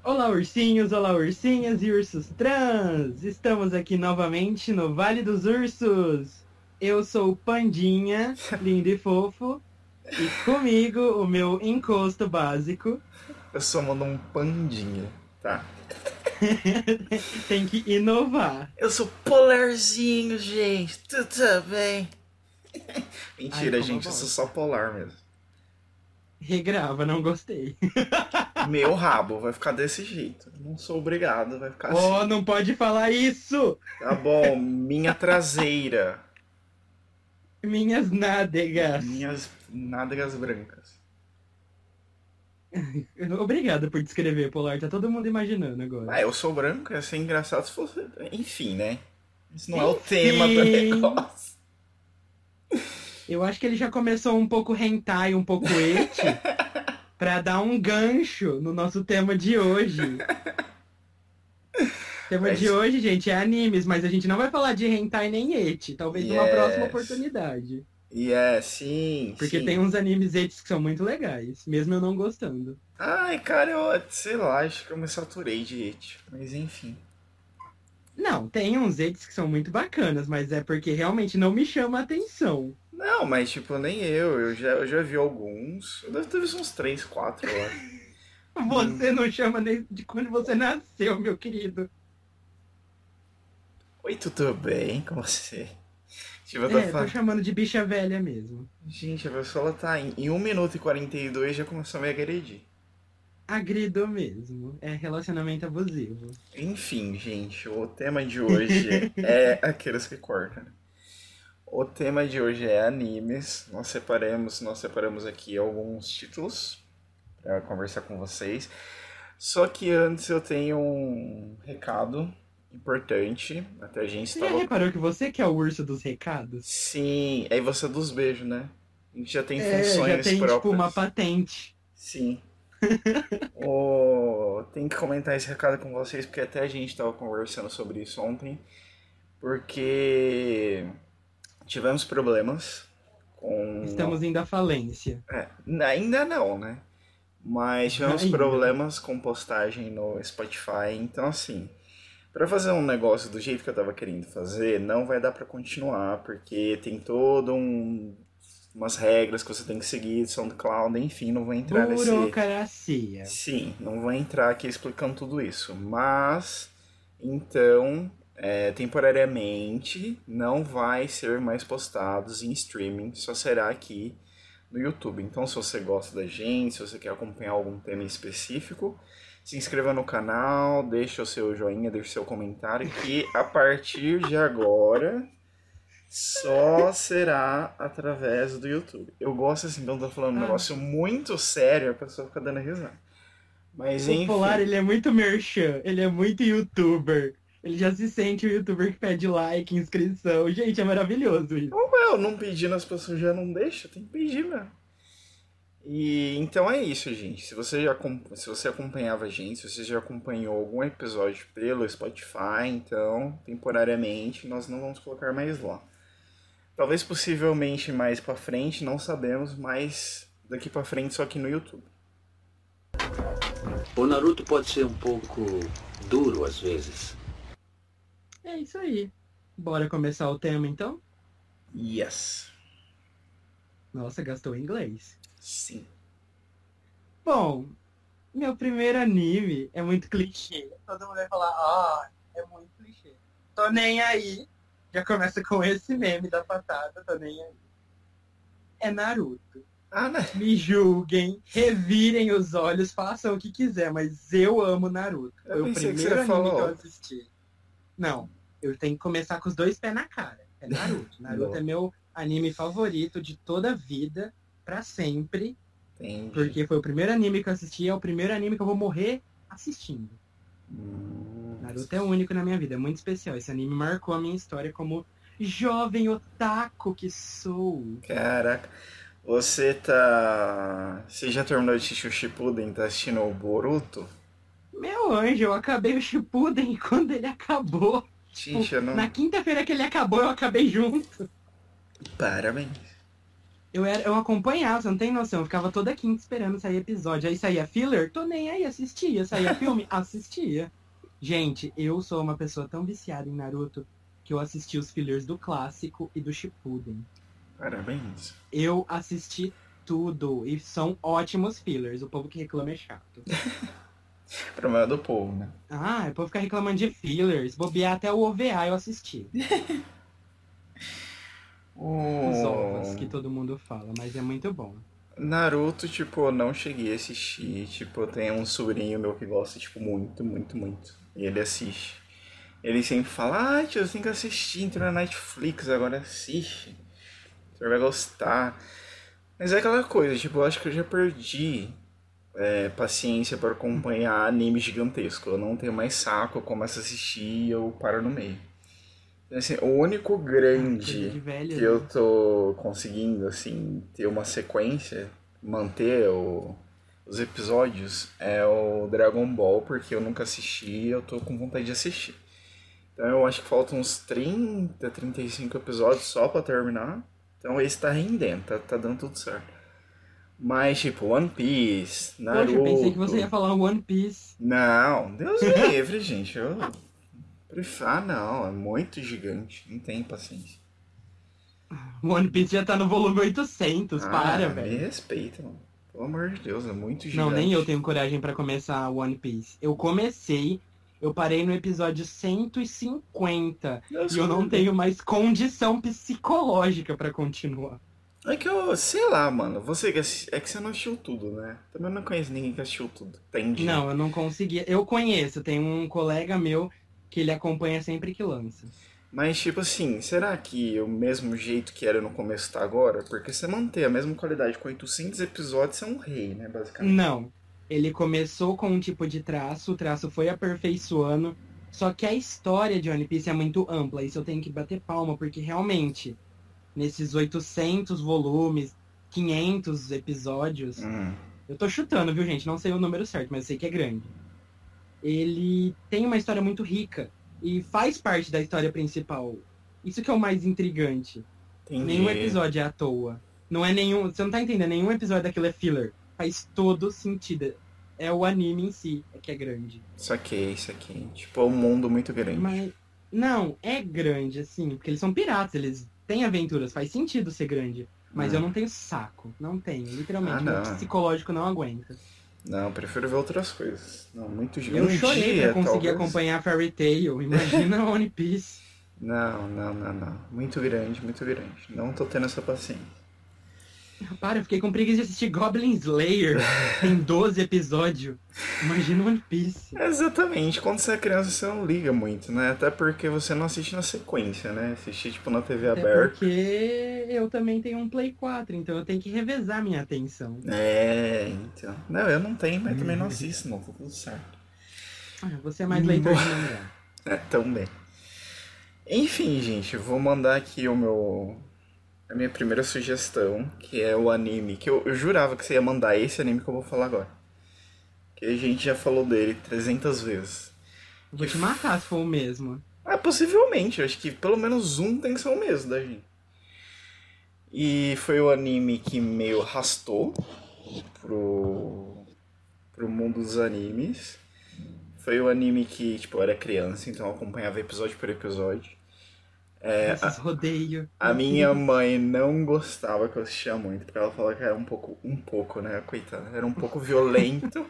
Olá, ursinhos, olá, ursinhas e ursos trans! Estamos aqui novamente no Vale dos Ursos. Eu sou o Pandinha, lindo e fofo, e comigo o meu encosto básico. Eu sou mando um pandinha, tá? Tem que inovar. Eu sou polarzinho, gente. Tudo bem? Ai, Mentira, ficou uma gente, eu sou só bosta. polar mesmo. Regrava, não gostei. Meu rabo vai ficar desse jeito. Não sou obrigado, vai ficar assim. Oh, não pode falar isso! Tá bom, minha traseira. Minhas nádegas. Minhas nádegas brancas. Obrigado por descrever, Polar. Tá todo mundo imaginando Ah, agora. eu sou branco, ia ser engraçado se fosse. Enfim, né? Isso não é o tema do Enfim. negócio. Eu acho que ele já começou um pouco hentai, um pouco eti, pra dar um gancho no nosso tema de hoje. O tema de Mas, hoje, gente, é animes, mas a gente não vai falar de hentai nem eti, talvez numa próxima yes. oportunidade. Yes, sim, Porque tem sim. uns animes etis que são muito legais, mesmo eu não gostando. Ai, cara, eu sei lá, acho que eu me saturei de it. Mas enfim. Não, tem uns etis que são muito bacanas, mas é porque realmente não me chama a atenção. Não, mas tipo, nem eu já vi alguns. Eu devo ter visto uns 3, 4, eu acho. Hum. Você não chama nem de quando você nasceu, meu querido. Oi, tudo bem com você? Tipo, eu tô É, tô falando. chamando de bicha velha mesmo. Gente, a pessoa ela tá em 1 minuto e 42 já começou a me agredir. Agrido mesmo. É relacionamento abusivo. Enfim, gente, o tema de hoje é aqueles que cortam, né? O tema de hoje é animes. Nós separamos aqui alguns títulos para conversar com vocês. Só que antes eu tenho um recado importante. Até a gente Você já estava. reparou que você que é o urso dos recados? Sim, aí você é dos beijos, né? A gente já tem É, já funções tem tipo uma próprias. patente. Sim. Tem que comentar esse recado com vocês, porque até a gente estava conversando sobre isso ontem. Porque tivemos problemas com. Estamos indo à falência. É, ainda não, né? Mas tivemos Ainda. problemas com postagem no Spotify. Então, assim, para fazer um negócio do jeito que eu tava querendo fazer, não vai dar para continuar, porque tem umas regras que você tem que seguir, SoundCloud, enfim, não vou entrar nesse. Burocracia. Sim, não vou entrar aqui explicando tudo isso. Mas, então, temporariamente, não vai ser mais postados em streaming, só será aqui no YouTube. Então, se você gosta da gente, se você quer acompanhar algum tema em específico, se inscreva no canal, deixa o seu joinha, deixa o seu comentário, que a partir de agora só será através do YouTube. Eu gosto assim, então tô falando um Ah, negócio muito sério, a pessoa fica dando risada. Mas o Polar, enfim. ele é muito merchan. Ele é muito youtuber. Ele já se sente o youtuber que pede like, inscrição. Gente, é maravilhoso isso. Eu não pedindo, as pessoas já não deixam, tem que pedir mesmo. E então é isso, gente. Se você acompanhava a gente, se você já acompanhou algum episódio pelo Spotify, então, temporariamente, nós não vamos colocar mais lá. Talvez possivelmente mais pra frente, não sabemos, mas daqui pra frente só aqui no YouTube. O Naruto pode ser um pouco duro às vezes. É isso aí. Bora começar o tema então? Yes. Nossa, gastou em inglês. Sim. Bom, meu primeiro anime é muito clichê. Todo mundo vai falar, é muito clichê. Tô nem aí. Já começa com esse meme da patada, tô nem aí. É Naruto. Ah, né? Me julguem, revirem os olhos, façam o que quiser, mas eu amo Naruto. Eu Foi o pensei que você primeiro ia anime que eu falar. assisti. Não, eu tenho que começar com os dois pés na cara. É Naruto. Naruto é Não, meu anime favorito de toda a vida, pra sempre, entendi. porque foi o primeiro anime que eu assisti, é o primeiro anime que eu vou morrer assistindo. Hum, Naruto é único na minha vida, é muito especial. Esse anime marcou a minha história como jovem otaku que sou. Caraca. Você tá. Você já terminou de assistir o Shippuden? Tá assistindo o Boruto? Meu anjo, eu acabei o Shippuden quando ele acabou. Tipo, Gente, eu na não. quinta-feira que ele acabou, eu acabei junto. Parabéns. Eu acompanhava, você não tem noção. Eu ficava toda quinta esperando sair episódio. Aí saía filler, tô nem aí, assistia. Saía filme, assistia. Gente, eu sou uma pessoa tão viciada em Naruto que eu assisti os fillers do clássico e do Shippuden. Parabéns. Eu assisti tudo e são ótimos fillers. O povo que reclama é chato. Problema do povo, né? Ah, o povo fica reclamando de fillers. Bobear até o OVA eu assisti. Os ovos que todo mundo fala, mas é muito bom. Naruto, tipo, eu não cheguei a assistir. Tipo, eu tenho um sobrinho meu que gosta, tipo, muito, muito, muito. E ele assiste. Ele sempre fala, tio, você tem que assistir, entrou na Netflix, agora assiste. Você vai gostar. Mas é aquela coisa, tipo, eu acho que eu já perdi paciência para acompanhar anime gigantesco. Eu não tenho mais saco, eu começo a assistir e eu paro no meio. Assim, o único Coisa grande de velho, que eu né? tô conseguindo, assim, ter uma sequência, manter os episódios, é o Dragon Ball, porque eu nunca assisti e eu tô com vontade de assistir. Então eu acho que faltam uns 30, 35 episódios só pra terminar. Então esse tá rendendo, tá dando tudo certo. Mas, tipo, One Piece, Poxa, eu pensei que você Naruto... ia falar One Piece. Não, Deus me livre, gente. Ah, não, é muito gigante. Não tem paciência. One Piece já tá no volume 800, para, Me velho. respeita, mano. Pelo amor de Deus, é muito Não, nem eu gigante. tenho coragem pra começar One Piece. Eu parei no episódio 150 Deus e eu que me não livre. tenho mais condição psicológica pra continuar. É que eu, sei lá, mano. É que você não assistiu tudo, né? Também não conheço ninguém que assistiu tudo. Entendi. Não, eu não conseguia. Eu conheço, tem um colega meu que ele acompanha sempre que lança. Mas, tipo assim, será que o mesmo jeito que era no começo tá agora? Porque você manter a mesma qualidade com 800 episódios, você é um rei, né, basicamente. Não. Ele começou com um tipo de traço, o traço foi aperfeiçoando, só que a história de One Piece é muito ampla, isso eu tenho que bater palma, porque realmente, nesses 800 volumes, 500 episódios, Hum, eu tô chutando, viu, gente? Não sei o número certo, mas eu sei que é grande. Ele tem uma história muito rica e faz parte da história principal. Isso que é o mais intrigante. Nenhum entendi. episódio é à toa. Não é nenhum. Você não tá entendendo, nenhum episódio daquilo é filler. Faz todo sentido. É o anime em si é que é grande. Isso aqui. Tipo, é um mundo muito grande. Mas. Não, é grande, assim, porque eles são piratas, eles têm aventuras, faz sentido ser grande. Mas eu Hum. não tenho saco. Não tenho, Ah, literalmente. Meu não. psicológico não aguenta. Não, prefiro ver outras coisas. Não, muito Eu gigante. Um chorei pra dia, conseguir talvez. acompanhar Fairy Tail. Imagina One Piece. Não, não, não, não. Muito grande, muito grande. Não tô tendo essa paciência. Para, eu fiquei com preguiça de assistir Goblin Slayer. Tem 12 episódios. Imagina One Piece. Exatamente. Quando você é criança, você não liga muito, né? Até porque você não assiste na sequência, né? Assistir, tipo, na TV Até aberta. porque eu também tenho um Play 4, então eu tenho que revezar minha atenção. Então. Não, eu não tenho, mas também não assisto, não. Tá tudo certo. Ah, você é mais leitor de mangá. Também. Enfim, gente, eu vou mandar aqui a minha primeira sugestão, que é o anime, que eu jurava que você ia mandar esse anime que eu vou falar agora. Que a gente já falou dele 300 vezes. Eu Que vou te matar se for o mesmo. possivelmente, eu acho que pelo menos um tem que ser o mesmo da gente. E foi o anime que meio arrastou pro, pro mundo dos animes. Foi o anime que, tipo, eu era criança, então eu acompanhava episódio por episódio. Esses rodeios. A Meu minha Deus. mãe não gostava que eu assistia muito, porque ela falava que era um pouco, né, coitada, era um pouco violento.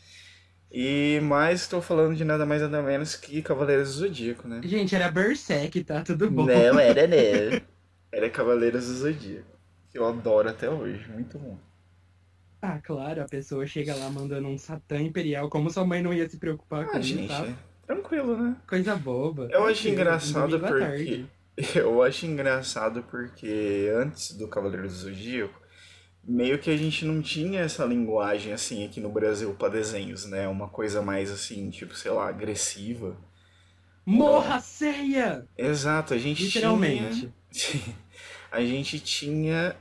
E mais estou falando de nada mais nada menos que Cavaleiros do Zodíaco, né? Gente, era Berserk, tá? Tudo bom. Não era, né? Era Cavaleiros do Zodíaco. Que eu adoro até hoje, muito bom. Ah, claro, a pessoa chega lá mandando um Satã Imperial. Como sua mãe não ia se preocupar com Ah, isso, gente, tá? tranquilo, né? Coisa boba. Eu acho Tranquilo. Um engraçado domingo à porque. tarde. Eu acho engraçado porque antes do Cavaleiros do Zodíaco, meio que a gente não tinha essa linguagem assim aqui no Brasil pra desenhos, né? Uma coisa mais assim, tipo, sei lá, agressiva. Morra, ceia! Exato, a gente tinha. Literalmente. A gente tinha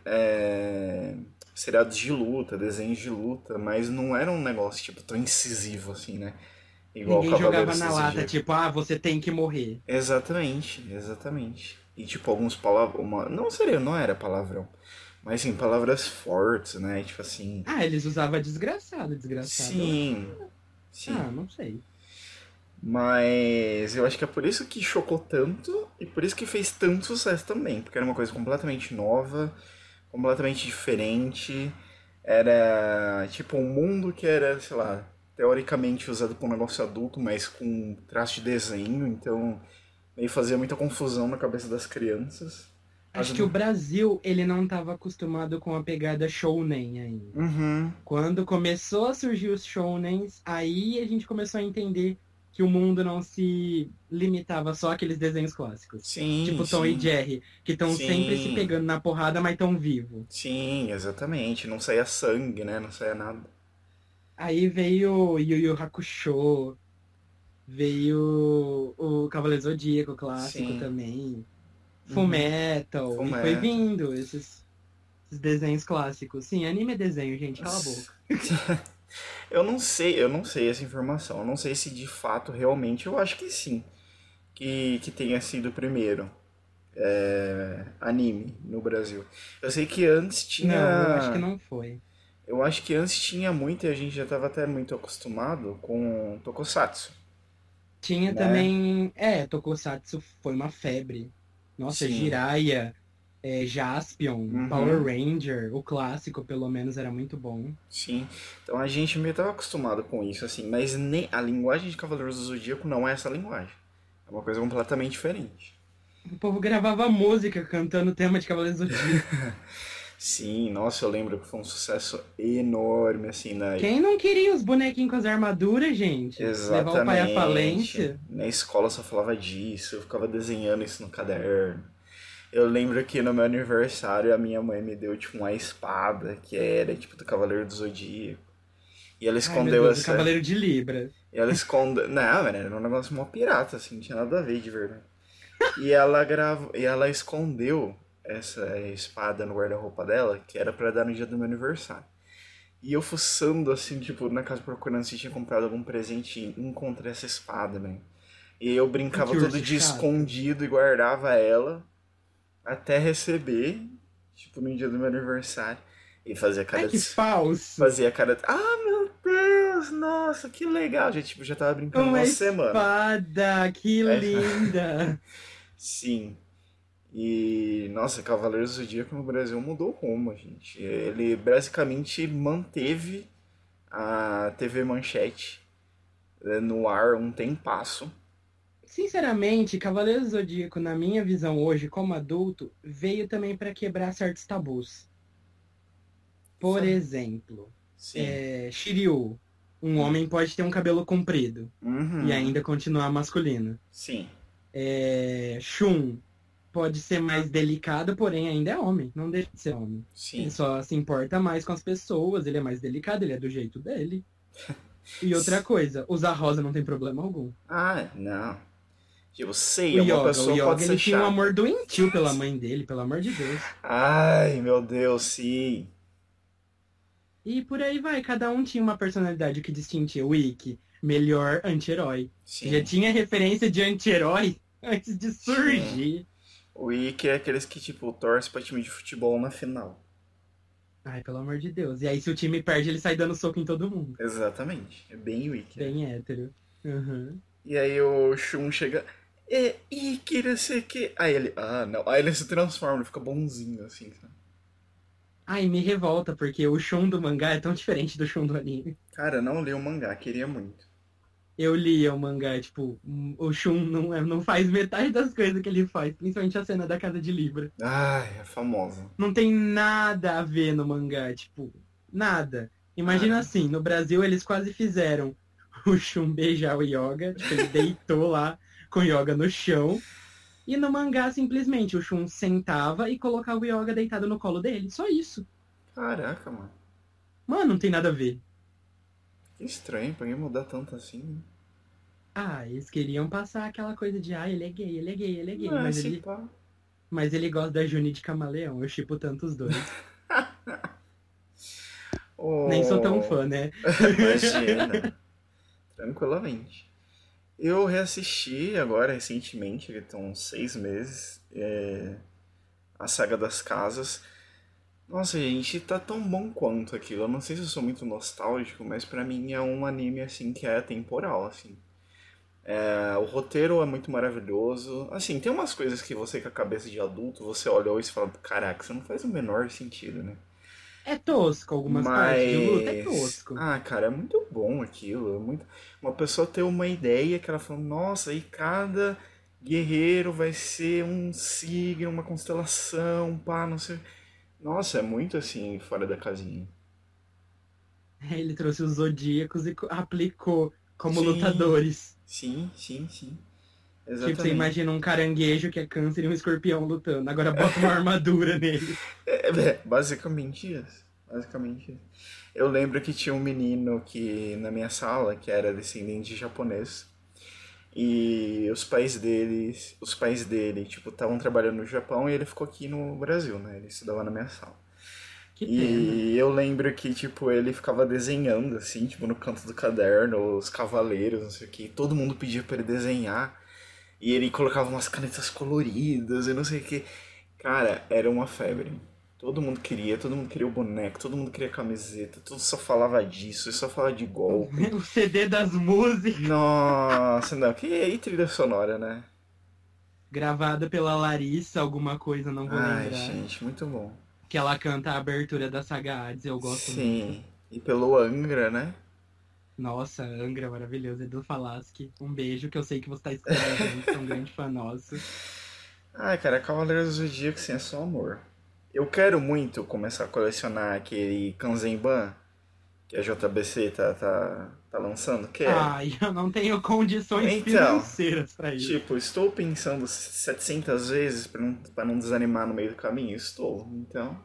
seriados de luta, desenhos de luta, mas não era um negócio tipo tão incisivo assim, né? Igual Ninguém jogava Cavaleiros do na lata, Zodíaco. tipo, ah, você tem que morrer. Exatamente, exatamente. E tipo, alguns palavrões. Não seria, não era palavrão. Mas sim, palavras fortes, né? Tipo assim. Ah, eles usavam desgraçado, desgraçado. Sim, Ah, sim. não sei. Mas eu acho que é por isso que chocou tanto e por isso que fez tanto sucesso também. Porque era uma coisa completamente nova, completamente diferente. Era tipo um mundo que era, sei lá, teoricamente usado para um negócio adulto, mas com traço de desenho. Então meio fazia muita confusão na cabeça das crianças. Mas, Acho que o Brasil, ele não estava acostumado com a pegada shounen ainda. uhum, Quando começou a surgir os shounens, aí a gente começou a entender que o mundo não se limitava só àqueles desenhos clássicos. sim, Tipo Tom e sim, Jerry, que estão sempre se sim, pegando na porrada, mas tão vivo. sim, exatamente. Não saía sangue, né? Não saía nada. Aí veio Yu Yu Hakusho, veio o Cavaleiro Zodíaco clássico Sim, também, uhum. Fullmetal, e foi Fullmetal. vindo esses desenhos clássicos. Sim, anime é desenho, gente, cala a boca. Eu não sei essa informação. Eu não sei se de fato, realmente, eu acho que sim. Que tenha sido o primeiro anime no Brasil. Eu sei que antes Não, eu acho que tinha. não foi. Eu acho que antes tinha muito e a gente já estava até muito acostumado com Tokusatsu, Tinha né? também. Tokusatsu foi uma febre. Nossa, Sim. Jiraiya, Jaspion, Power Uhum. Ranger, o clássico pelo menos era muito bom. Sim. Então a gente meio estava acostumado com isso, assim. Mas nem a linguagem de Cavaleiros do Zodíaco não é essa linguagem. É uma coisa completamente diferente. O povo gravava música cantando o tema de Cavaleiros do Zodíaco. Sim, nossa, eu lembro que foi um sucesso enorme, assim, Quem não queria os bonequinhos com as armaduras, gente? Levar o pai à exatamente. falência? Na escola só falava disso, eu ficava desenhando isso no caderno. Eu lembro que no meu aniversário a minha mãe me deu, tipo, uma espada que era, tipo, do Cavaleiro do Zodíaco. E ela Ai, meu escondeu Deus, o essa. Cavaleiro de Libra. E ela escondeu. Não, mano, era um negócio mó pirata, assim, não tinha nada a ver de verdade. E ela escondeu essa espada no guarda-roupa dela, que era pra dar no dia do meu aniversário. E eu fuçando, assim, tipo, na casa procurando se tinha comprado algum presente e encontrei essa espada, né? E eu Ai, brincava que todo urso dia chato. escondido e guardava ela até receber, tipo, no dia do meu aniversário. E fazia Ai, cara que de... falso. Fazia cara de... Ah, meu Deus, nossa, que legal. Já, tipo, já tava brincando Uma uma semana. espada, que Aí, linda. sim. E, nossa, Cavaleiros do Zodíaco no Brasil mudou o rumo, gente. Ele basicamente manteve a TV Manchete no ar um tempasso. Sinceramente, Cavaleiro do Zodíaco, na minha visão hoje, como adulto, veio também para quebrar certos tabus. Por Fa- exemplo, Sim. Shiryu. Um Hum. homem pode ter um cabelo comprido e Uhum. ainda continuar masculino. Sim. Shun pode ser mais delicado, porém ainda é homem, não deixa de ser homem. Ele Sim. só se importa mais com as pessoas, ele é mais delicado, ele é do jeito dele. E outra S- coisa, usar rosa não tem problema algum. Ah, não. Tipo, O sei, uma Yoga, o pessoa pode Yoga, ser ele tinha um amor chata. doentio pela mãe dele, pelo amor de Deus. Ai, meu Deus, sim. E por aí vai, cada um tinha uma personalidade que distinguia. O Ikki, melhor anti-herói. Já Sim. tinha referência de anti-herói antes de Sim. surgir. O Ikki é aqueles que, tipo, torce pra time de futebol na final. Ai, pelo amor de Deus. E aí, se o time perde, ele sai dando soco em todo mundo. Exatamente. É bem o Ikki, né? Bem hétero. Uhum. E aí o Shun chega. Ikki, não sei o que. Aí ele. Ah, não. Aí ele se transforma, ele fica bonzinho, assim, sabe? Ai, me revolta, porque o Shun do mangá é tão diferente do Shun do anime. Cara, não li o mangá, queria muito. Eu li o mangá, tipo, o Shun não faz metade das coisas que ele faz, principalmente a cena da Casa de Libra. Ai, é famosa. Não tem nada a ver no mangá, tipo, nada. Imagina Cara, assim, no Brasil eles quase fizeram o Shun beijar o Yoga, tipo, ele deitou lá com o Yoga no chão, e no mangá simplesmente o Shun sentava e colocava o Yoga deitado no colo dele, só isso. caraca, mano. Mano, não tem nada a ver. Que estranho, pra que mudar tanto assim, né? Ah, eles queriam passar aquela coisa de, ele é gay, ele é gay, ele é gay, Não, é se pá. mas ele gosta da Juni de Camaleão, eu shippo tanto os dois. Nem sou tão Oh, fã, né? imagina. Tranquilamente. Eu reassisti agora recentemente, que estão 6 meses, a Saga das Casas. Nossa, gente, tá tão bom quanto aquilo. Eu não sei se eu sou muito nostálgico, mas pra mim é um anime assim que é temporal, assim. O roteiro é muito maravilhoso. Assim, tem umas coisas que você com a cabeça de adulto, você olha hoje e fala, caraca, isso não faz o menor sentido, né? É tosco algumas partes de luta, é Mas, tosco. cara, é muito bom aquilo. Uma pessoa ter uma ideia que ela fala, nossa, e cada guerreiro vai ser um signo, uma constelação, pá, não sei. Nossa, é muito assim, fora da casinha. Ele trouxe os zodíacos e aplicou como Sim, lutadores. sim, sim, sim. Tipo, você Exatamente. imagina um caranguejo que é câncer e um escorpião lutando. Agora bota uma armadura nele. Basicamente isso. Basicamente isso. Eu lembro que tinha um menino que na minha sala que era descendente de japonês. E os pais dele, tipo, estavam trabalhando no Japão e ele ficou aqui no Brasil, né? Ele estudava na minha sala. Que pena. E eu lembro que, tipo, ele ficava desenhando, assim, tipo, no canto do caderno, os cavaleiros, não sei o que. Todo mundo pedia pra ele desenhar. E ele colocava umas canetas coloridas e não sei o que. Cara, era uma febre. Todo mundo queria o boneco, todo mundo queria a camiseta, tudo só falava disso, só falava de golpe. O CD das músicas, Nossa, não, que aí trilha sonora, né? gravada pela Larissa, alguma coisa, não vou Ai, lembrar. gente, muito bom. Que ela canta a abertura da saga Hades, eu gosto muito. Sim, e pelo Angra, né? Nossa, Angra, maravilhoso. Edu Falaschi, um beijo, que eu sei que você tá escutando a gente, você é um grande fã nosso. Ai, cara, Cavaleiros do Zodíaco, sim, é só amor. Eu quero muito começar a colecionar aquele Kanzenban que a JBC tá lançando, quero. Ai, eu não tenho condições Então, financeiras pra isso. tipo, estou pensando 700 vezes pra não desanimar no meio do caminho? Estou, então...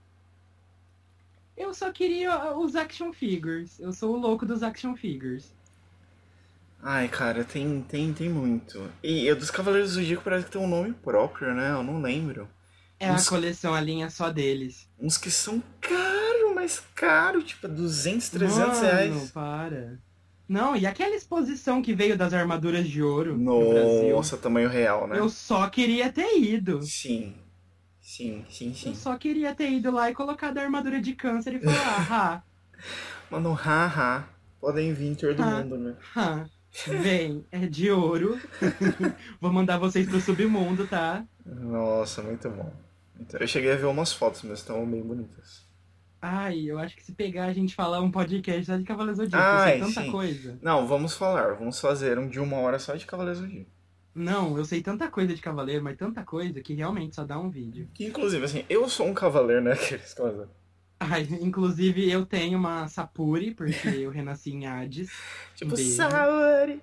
Eu só queria os action figures. Eu sou o louco dos action figures. Ai, cara, tem muito. E dos Cavaleiros do Zodíaco parece que tem um nome próprio, né? Eu não lembro. É a Uns, coleção, a linha só deles. uns que são caro, mas caro, tipo 200, 300 Mano, reais. para. Não, e aquela exposição que veio das armaduras de ouro no Brasil? Nossa, tamanho real, Eu né? só queria ter ido. Sim, sim, sim, Eu sim. só queria ter ido lá e colocado a armadura de câncer e falar, ah, Mano, haha, podem vir todo ha, mundo, né? ha. Vem, é de ouro. Vou mandar vocês pro submundo, tá? Nossa, muito bom. Então, eu cheguei a ver umas fotos, mas estão bem bonitas. Ai, eu acho que se pegar a gente falar um podcast só de Cavaleiros do Zodíaco, eu sei Ai, tanta sim. coisa. Não, vamos fazer um de 1 hora só de Cavaleiros do Zodíaco. Não, eu sei tanta coisa de Cavaleiro, mas tanta coisa que realmente só dá um vídeo. Que inclusive, assim, eu sou um cavaleiro, né? Aqueles cavaleiros. Ai, inclusive eu tenho uma Sapuri, porque eu renasci em Hades. Um Tipo, beijo. Saori.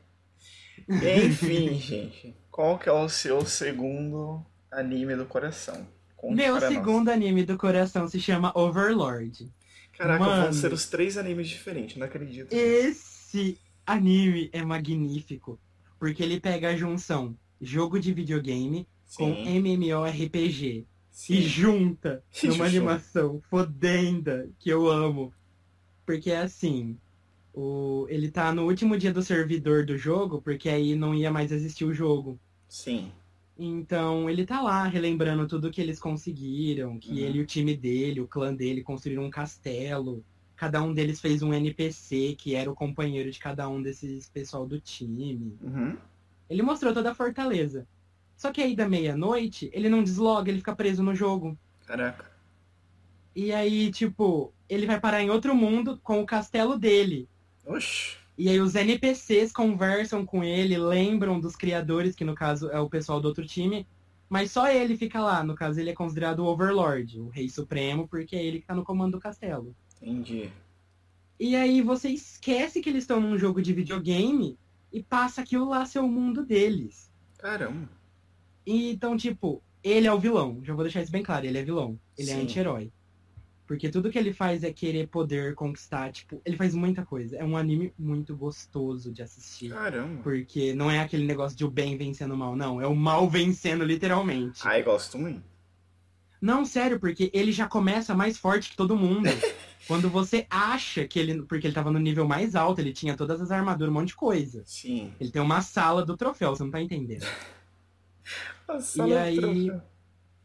Enfim, gente. Qual que é o seu segundo anime do coração? Conte Meu para nós. segundo anime do coração se chama Overlord. Caraca, vão ser Mano, os três animes diferentes, não acredito nisso. esse anime é magnífico, porque ele pega a junção jogo de videogame com Sim, MMORPG e sim. junta numa Chuchu. animação fodenda que eu amo. Porque é assim, ele tá no último dia do servidor do jogo, porque aí não ia mais existir o jogo. Sim. Então ele tá lá relembrando tudo que eles conseguiram, que ele Uhum. e o time dele, o clã dele construíram um castelo. Cada um deles fez um NPC que era o companheiro de cada um desses pessoal do time. Uhum. Ele mostrou toda a fortaleza. Só que aí da meia-noite, ele não desloga, ele fica preso no jogo. Caraca. E aí, tipo, ele vai parar em outro mundo com o castelo dele. Oxi. E aí os NPCs conversam com ele, lembram dos criadores, que no caso é o pessoal do outro time, mas só ele fica lá. No caso, ele é considerado o Overlord, o Rei Supremo, porque é ele que tá no comando do castelo. Entendi. E aí você esquece que eles estão num jogo de videogame e passa aquilo lá ser o mundo deles. Caramba. E, então, tipo, ele é o vilão. Já vou deixar isso bem claro, ele é vilão. Ele é Sim. anti-herói. Porque tudo que ele faz é querer poder conquistar, tipo, ele faz muita coisa. É um anime muito gostoso de assistir. Caramba. Porque não é aquele negócio de o bem vencendo o mal, não. É o mal vencendo literalmente. Ai, gosto muito. Não, sério, porque ele já começa mais forte que todo mundo. Quando você acha que ele. Porque ele tava no nível mais alto, ele tinha todas as armaduras, um monte de coisa. Sim. Ele tem uma sala do troféu, você não tá entendendo. A E sala do aí, troféu.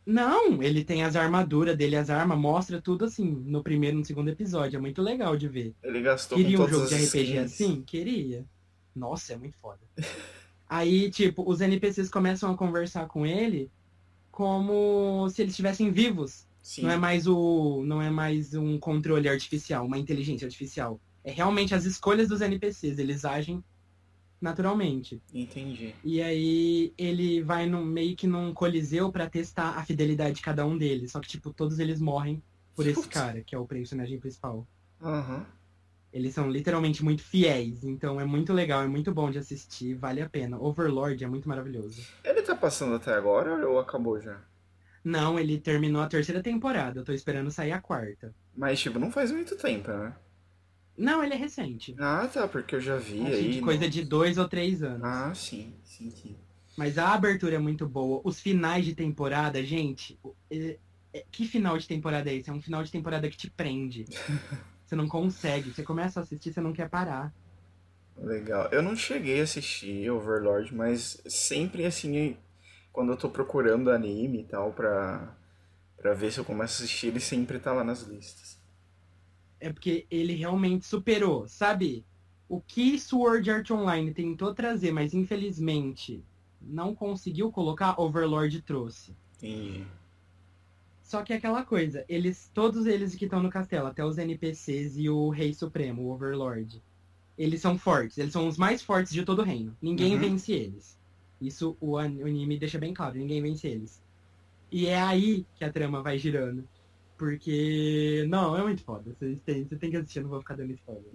Não, ele tem as armaduras dele, as armas, mostra tudo assim, no primeiro e no segundo episódio. É muito legal de ver. Ele gastou com Queria um todas jogo as de RPG skins. assim? Queria. Nossa, é muito foda. Aí, tipo, os NPCs começam a conversar com ele como se eles estivessem vivos. Sim, Não é mais um controle artificial, uma inteligência artificial. É realmente as escolhas dos NPCs, eles agem naturalmente. entendi. E aí ele vai meio que num coliseu pra testar a fidelidade de cada um deles. Só que, tipo, todos eles morrem por esse Putz. cara, que é o personagem principal. Aham. Eles são literalmente muito fiéis, então é muito legal, é muito bom de assistir, vale a pena. Overlord é muito maravilhoso. Ele tá passando até agora ou acabou já? Não, ele terminou a terceira temporada, eu tô esperando sair a quarta. Mas, tipo, não faz muito tempo, né? Não, ele é recente. Ah, tá, porque eu já vi Acho que de aí coisa de nos... 2 ou 3 anos. Ah, sim, sim, sim. Mas a abertura é muito boa. Os finais de temporada, gente, que final de temporada é esse? É um final de temporada que te prende. Você não consegue. Você começa a assistir, você não quer parar. Legal. Eu não cheguei a assistir Overlord, mas sempre assim, quando eu tô procurando anime e tal pra ver se eu começo a assistir, ele sempre tá lá nas listas. É porque ele realmente superou, sabe? O que Sword Art Online tentou trazer, mas infelizmente não conseguiu colocar, Overlord trouxe. Entendi. Só que é aquela coisa, todos eles que estão no castelo, até os NPCs e o Rei Supremo, o Overlord, eles são fortes, eles são os mais fortes de todo o reino. Ninguém Uhum. vence eles. Isso o anime deixa bem claro, ninguém vence eles. E é aí que a trama vai girando. Porque, não, é muito foda. Você tem que assistir, eu não vou ficar dando spoiler.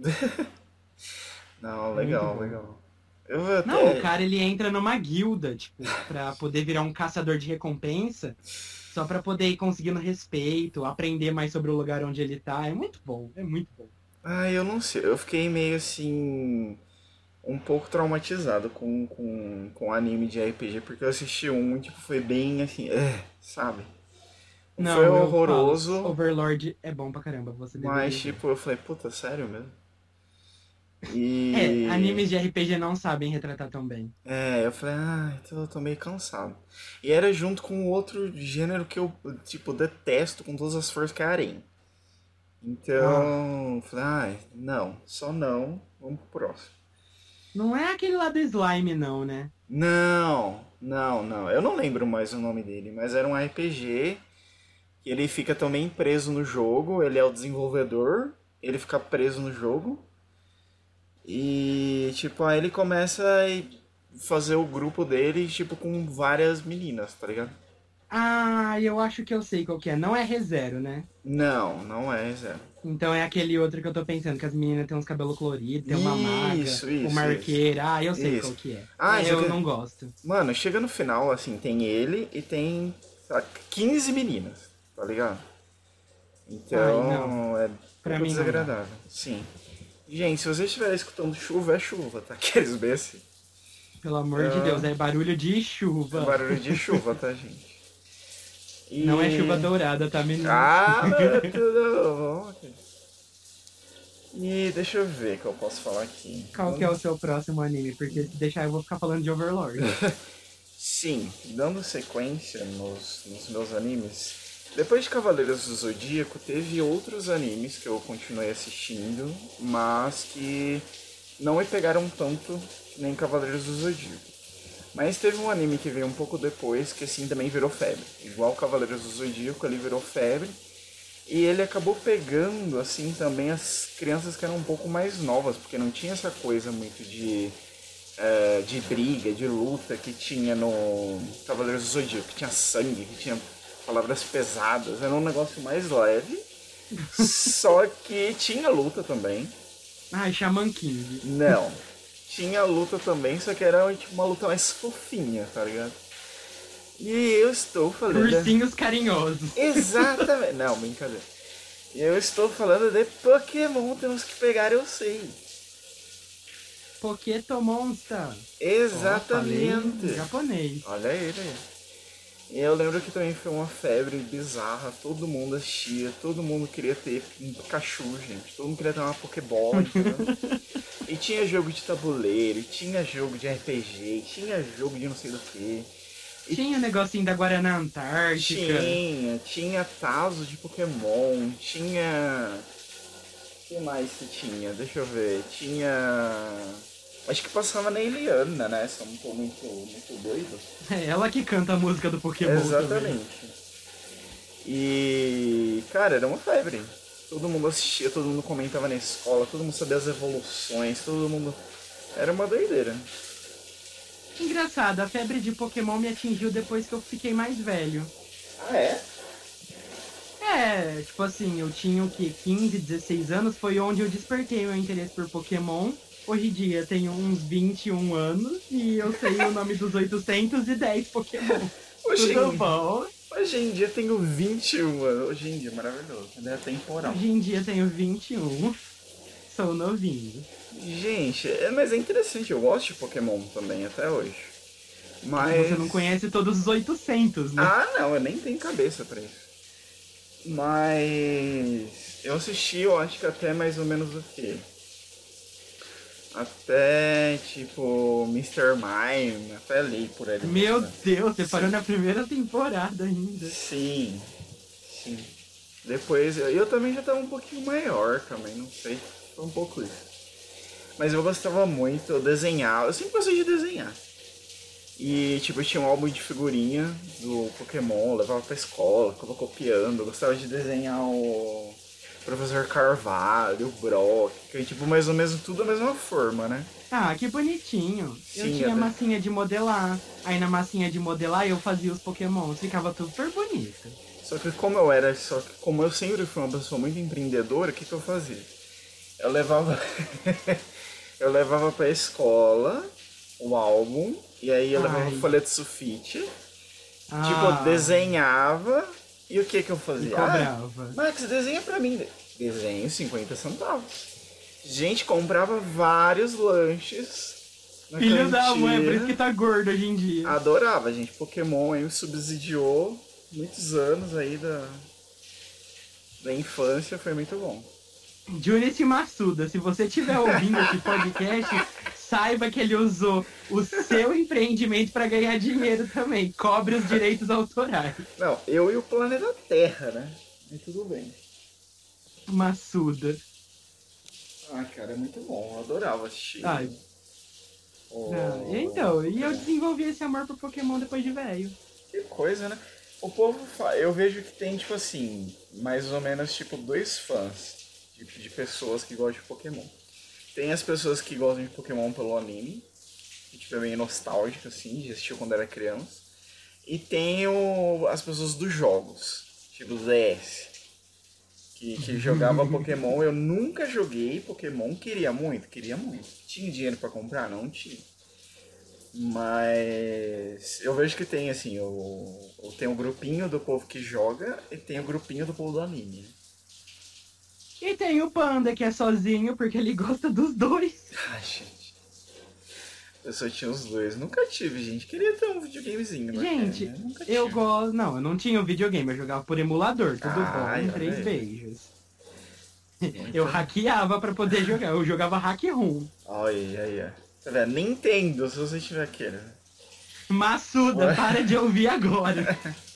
Não, É muito legal, bom. legal. Eu vou Não, o até. cara ele entra numa guilda, tipo, pra poder virar um caçador de recompensa, só pra poder ir conseguindo respeito, aprender mais sobre o lugar onde ele tá. É muito bom, é muito bom. Ah, eu não sei. Eu fiquei meio assim. Um pouco traumatizado com anime de RPG, porque eu assisti um e tipo, foi bem assim. Sabe? Não foi Não, eu falo, horroroso, Overlord é bom pra caramba, você mas deveria ver. tipo, eu falei, puta, sério mesmo? É, E animes de RPG não sabem retratar tão bem. eu falei, então eu tô meio cansado. E era junto com outro gênero que eu, tipo, detesto com todas as forças, que é harem. Ah, Então, eu falei, não, só não, vamos pro próximo. não é aquele lá do slime, não, né? Não, não, não, eu não lembro mais o nome dele, mas era um RPG que ele fica também preso no jogo, ele é o desenvolvedor, ele fica preso no jogo. E, tipo, aí ele começa a fazer o grupo dele, tipo, com várias meninas, tá ligado? Ah, eu acho que eu sei qual que é. Não é ReZero, né? Não, não é, Zé. Então é aquele outro que eu tô pensando, que as meninas têm uns cabelos coloridos, tem uma maga, uma Isso. arqueira. Ah, eu sei qual Isso. que é. Ah, É, só eu que, não gosto. mano, chega no final, assim, tem ele e tem, sei lá, 15 meninas, tá ligado? Ai, não. Então, é um Pra pouco mim não dá. desagradável. Sim. Gente, se você estiver escutando chuva, é chuva, tá? Aqueles bem assim. Pelo amor de Deus, Então, é barulho de é chuva. barulho de chuva, tá, gente? Não é chuva E. dourada, tá, meninas? Tudo bom. E deixa eu ver o que eu posso falar aqui. Qual que é o seu próximo anime? Porque se deixar eu vou ficar falando de Overlord. Sim, dando sequência nos meus animes. Depois de Cavaleiros do Zodíaco, teve outros animes que eu continuei assistindo, mas que não me pegaram tanto que nem Cavaleiros do Zodíaco. Mas teve um anime que veio um pouco depois que assim também virou febre. Igual Cavaleiros do Zodíaco, ele virou febre. E ele acabou pegando, assim, também as crianças que eram um pouco mais novas, porque não tinha essa coisa muito de briga, de luta que tinha no Cavaleiros do Zodíaco, que tinha sangue, que tinha palavras pesadas. Era um negócio mais leve, só que tinha luta também. Ai, Shaman King. Não, tinha luta também, só que era tipo, uma luta mais fofinha, tá ligado? E eu estou falando. Ursinhos carinhosos. Exatamente. Não, brincadeira. Eu estou falando de Pokémon, temos que pegar, eu sei. Pokéto Monster. Ó, falei em Exatamente. japonês. Olha ele aí. E eu lembro que também foi uma febre bizarra, todo mundo assistia, todo mundo queria ter um Pikachu, gente. Todo mundo queria ter uma Pokébola, entendeu? E tinha jogo de tabuleiro, e tinha jogo de RPG, e tinha jogo de não sei do que. Tinha o negocinho da Guaraná Antártica. Tinha Tazo de Pokémon, tinha... O que mais que tinha? Deixa eu ver. Tinha... Acho que passava na Eliana, né? Se eu não tô muito doido. É ela que canta a música do Pokémon Exatamente. também. E, cara, era uma febre. Todo mundo assistia, todo mundo comentava na escola, todo mundo sabia as evoluções, todo mundo... Era uma doideira. Engraçado, a febre de Pokémon me atingiu depois que eu fiquei mais velho. Ah, é? É, tipo assim, eu tinha o quê? 15, 16 anos, foi onde eu despertei meu interesse por Pokémon. Hoje em dia tenho uns 21 anos e eu sei o nome dos 810 Pokémon. Tudo bom? Hoje em dia tenho 21 anos. Hoje em dia, maravilhoso. Ainda é temporal. Hoje em dia tenho 21. Sou novinho. Gente, mas é interessante. Eu gosto de Pokémon também, até hoje. Mas... Você não conhece todos os 800, né? Ah, não. Eu nem tenho cabeça pra isso. Mas... Eu assisti, eu acho que até mais ou menos o quê? Até, tipo, Mr. Mime, até ali por ali. Meu né? Deus, você parou na primeira temporada ainda. Sim. Depois, eu também já tava um pouquinho maior também, não sei. Foi um pouco isso. Mas eu gostava muito, eu desenhava, eu sempre gostei de desenhar. E, tipo, eu tinha um álbum de figurinha do Pokémon, eu levava pra escola, ficava copiando, eu gostava de desenhar o Professor Carvalho, o Brock, que é, tipo, mais ou menos tudo da mesma forma, né? Ah, que bonitinho. Eu Sim, tinha é massinha de modelar. Aí na massinha de modelar eu fazia os Pokémons. Ficava tudo super bonito. Só que como eu sempre fui uma pessoa muito empreendedora, o que eu fazia? Eu levava eu levava pra escola o álbum e aí eu levava folha de sulfite, tipo, eu desenhava e o que eu fazia? E cobrava. Max, desenha pra mim. Desenho 50 centavos. Gente, comprava vários lanches na Filho da mãe, cantina. por isso que tá gordo hoje em dia. Adorava, gente. Pokémon aí me subsidiou muitos anos aí da infância, foi muito bom. Junice Massuda, se você estiver ouvindo esse podcast, saiba que ele usou o seu empreendimento para ganhar dinheiro também. Cobre os direitos autorais. Não, eu e o planeta Terra, né? E tudo bem. Massuda. Ah, cara, é muito bom. Eu adorava assistir. Ai. Então, e eu desenvolvi esse amor por Pokémon depois de velho. Que coisa, né? O povo, eu vejo que tem, tipo assim, mais ou menos, tipo, dois fãs de pessoas que gostam de Pokémon. Tem as pessoas que gostam de Pokémon pelo anime, que, tipo, é meio nostálgico, assim, de assistir quando era criança. E tem as pessoas dos jogos, tipo ZS, que jogava Pokémon. Eu nunca joguei Pokémon, queria muito. Tinha dinheiro pra comprar? Não tinha. Mas eu vejo que tem, assim, eu tenho um grupinho do povo que joga e tem o grupinho do povo do anime. E tem o Panda, que é sozinho, porque ele gosta dos dois. Ai, gente. Eu só tinha os dois. Nunca tive, gente. Queria ter um videogamezinho, né? Gente, eu gosto... Não, eu não tinha um videogame, eu jogava por emulador, tudo bom, 3 beijos. Eu hackeava pra poder jogar, eu jogava hack room. Olha. Tá vendo? Nintendo, se você tiver querendo. Massuda, para de ouvir agora.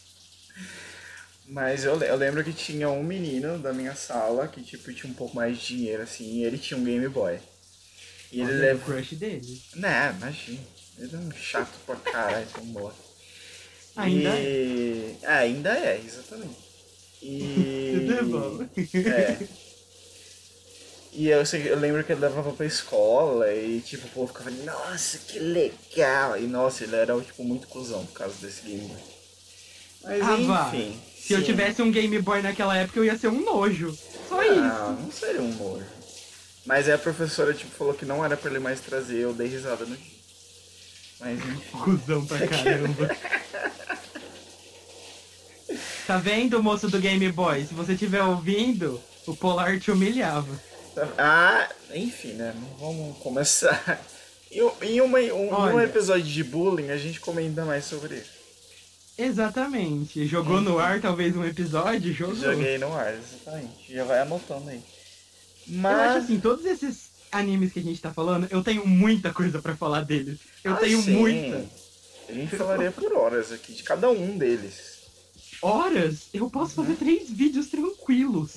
Mas eu lembro que tinha um menino da minha sala que, tipo, tinha um pouco mais de dinheiro, assim, e ele tinha um Game Boy. E ele levou o crush dele. Né, imagina. Ele é um chato pra caralho, tão morto. Ainda é. Ainda é, exatamente. Tudo bom. E eu lembro que ele levava pra escola e, tipo, o povo ficava, nossa, que legal. E, nossa, ele era, tipo, muito cuzão por causa desse Game Boy. Mas, enfim. Se eu tivesse um Game Boy naquela época, eu ia ser um nojo. Só isso. Não seria um nojo. Mas aí a professora, tipo, falou que não era pra ele mais trazer, eu dei risada no dia. Mas, enfim. Cusão pra caramba. Tá vendo, moço do Game Boy? Se você estiver ouvindo, o Polar te humilhava. Enfim, né? Não vamos começar. Em um episódio de bullying, a gente comenta mais sobre isso. Exatamente. Jogou no ar, talvez, um episódio? Jogou. Joguei no ar, exatamente. Já vai anotando aí. Mas... Eu acho assim, todos esses animes que a gente tá falando, eu tenho muita coisa pra falar deles. Eu tenho sim. muita. A gente falaria por horas aqui, de cada um deles. Horas? Eu posso fazer 3 vídeos tranquilos.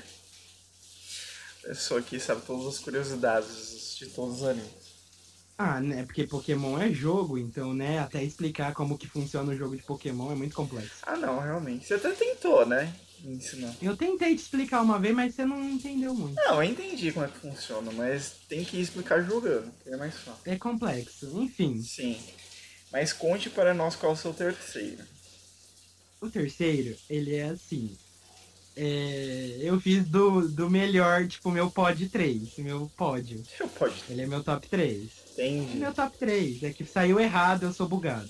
A pessoa aqui sabe todas as curiosidades de todos os animes. Ah, né? Porque Pokémon é jogo, então, né? Até explicar como que funciona o jogo de Pokémon é muito complexo. Ah, não, realmente. Você até tentou, né? Me ensinar. Eu tentei te explicar uma vez, mas você não entendeu muito. Não, eu entendi como é que funciona, mas tem que explicar jogando, que é mais fácil. É complexo. Enfim, Sim. Mas conte para nós qual é o seu terceiro. o terceiro, ele é assim. Eu fiz do melhor, tipo, meu pod 3, meu pódio. Eu pode. Ele é meu top 3. Entendi. Meu top 3 é que saiu errado, eu sou bugado.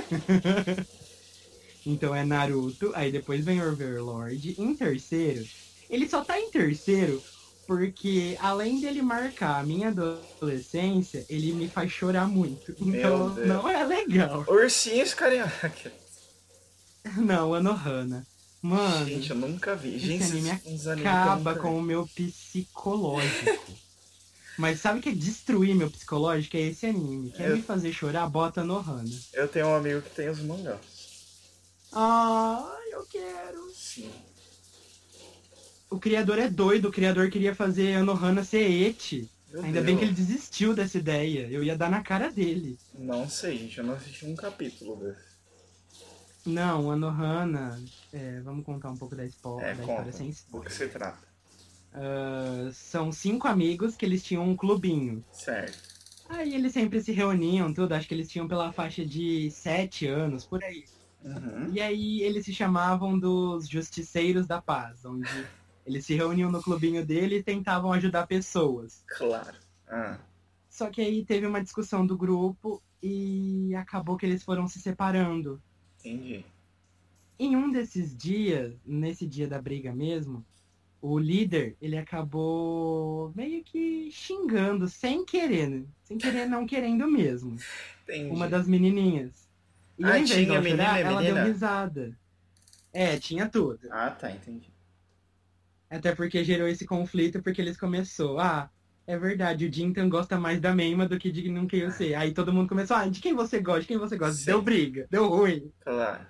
Então é Naruto, aí depois vem Overlord. Em terceiro, ele só tá em terceiro porque, além dele marcar a minha adolescência, ele me faz chorar muito. Então Deus. não é legal. Ursinhos carinhosos. Não, Anohana. Mano, Gente, eu nunca vi. Gente, esse anime uns animes que eu acaba nunca com vi. o meu psicológico. Mas sabe o que é destruir meu psicológico? É esse anime. Quer me fazer chorar? Bota Anohana. Eu tenho um amigo que tem os mangás. Eu quero. Sim. O criador é doido, o criador queria fazer Anohana ser eti. Meu Ainda Deus. bem que ele desistiu dessa ideia. Eu ia dar na cara dele. Não sei, gente. Eu não assisti um capítulo desse. Não, Anohana... vamos contar um pouco da Conta. história sem Do spoiler. que se trata. São 5 amigos que eles tinham um clubinho. Certo. Aí eles sempre se reuniam, tudo. Acho que eles tinham pela faixa de 7 anos, por aí. Uhum. E aí eles se chamavam dos Justiceiros da Paz, onde eles se reuniam no clubinho dele e tentavam ajudar pessoas. Claro. Ah. Só que aí teve uma discussão do grupo e acabou que eles foram se separando. Entendi. Em um desses dias, nesse dia da briga mesmo, o líder, ele acabou meio que xingando, sem querer, né? Sem querer, não querendo mesmo. Entendi. Uma das menininhas. E ao invés tinha dela menina chorar, e ela menina? deu risada. Tinha tudo. Ah, tá, entendi. Até porque gerou esse conflito, porque eles começou. É verdade, o Jintan gosta mais da Meima do que de não quem eu sei. Aí todo mundo começou, de quem você gosta, de quem você gosta. Sim. Deu briga, deu ruim. Claro.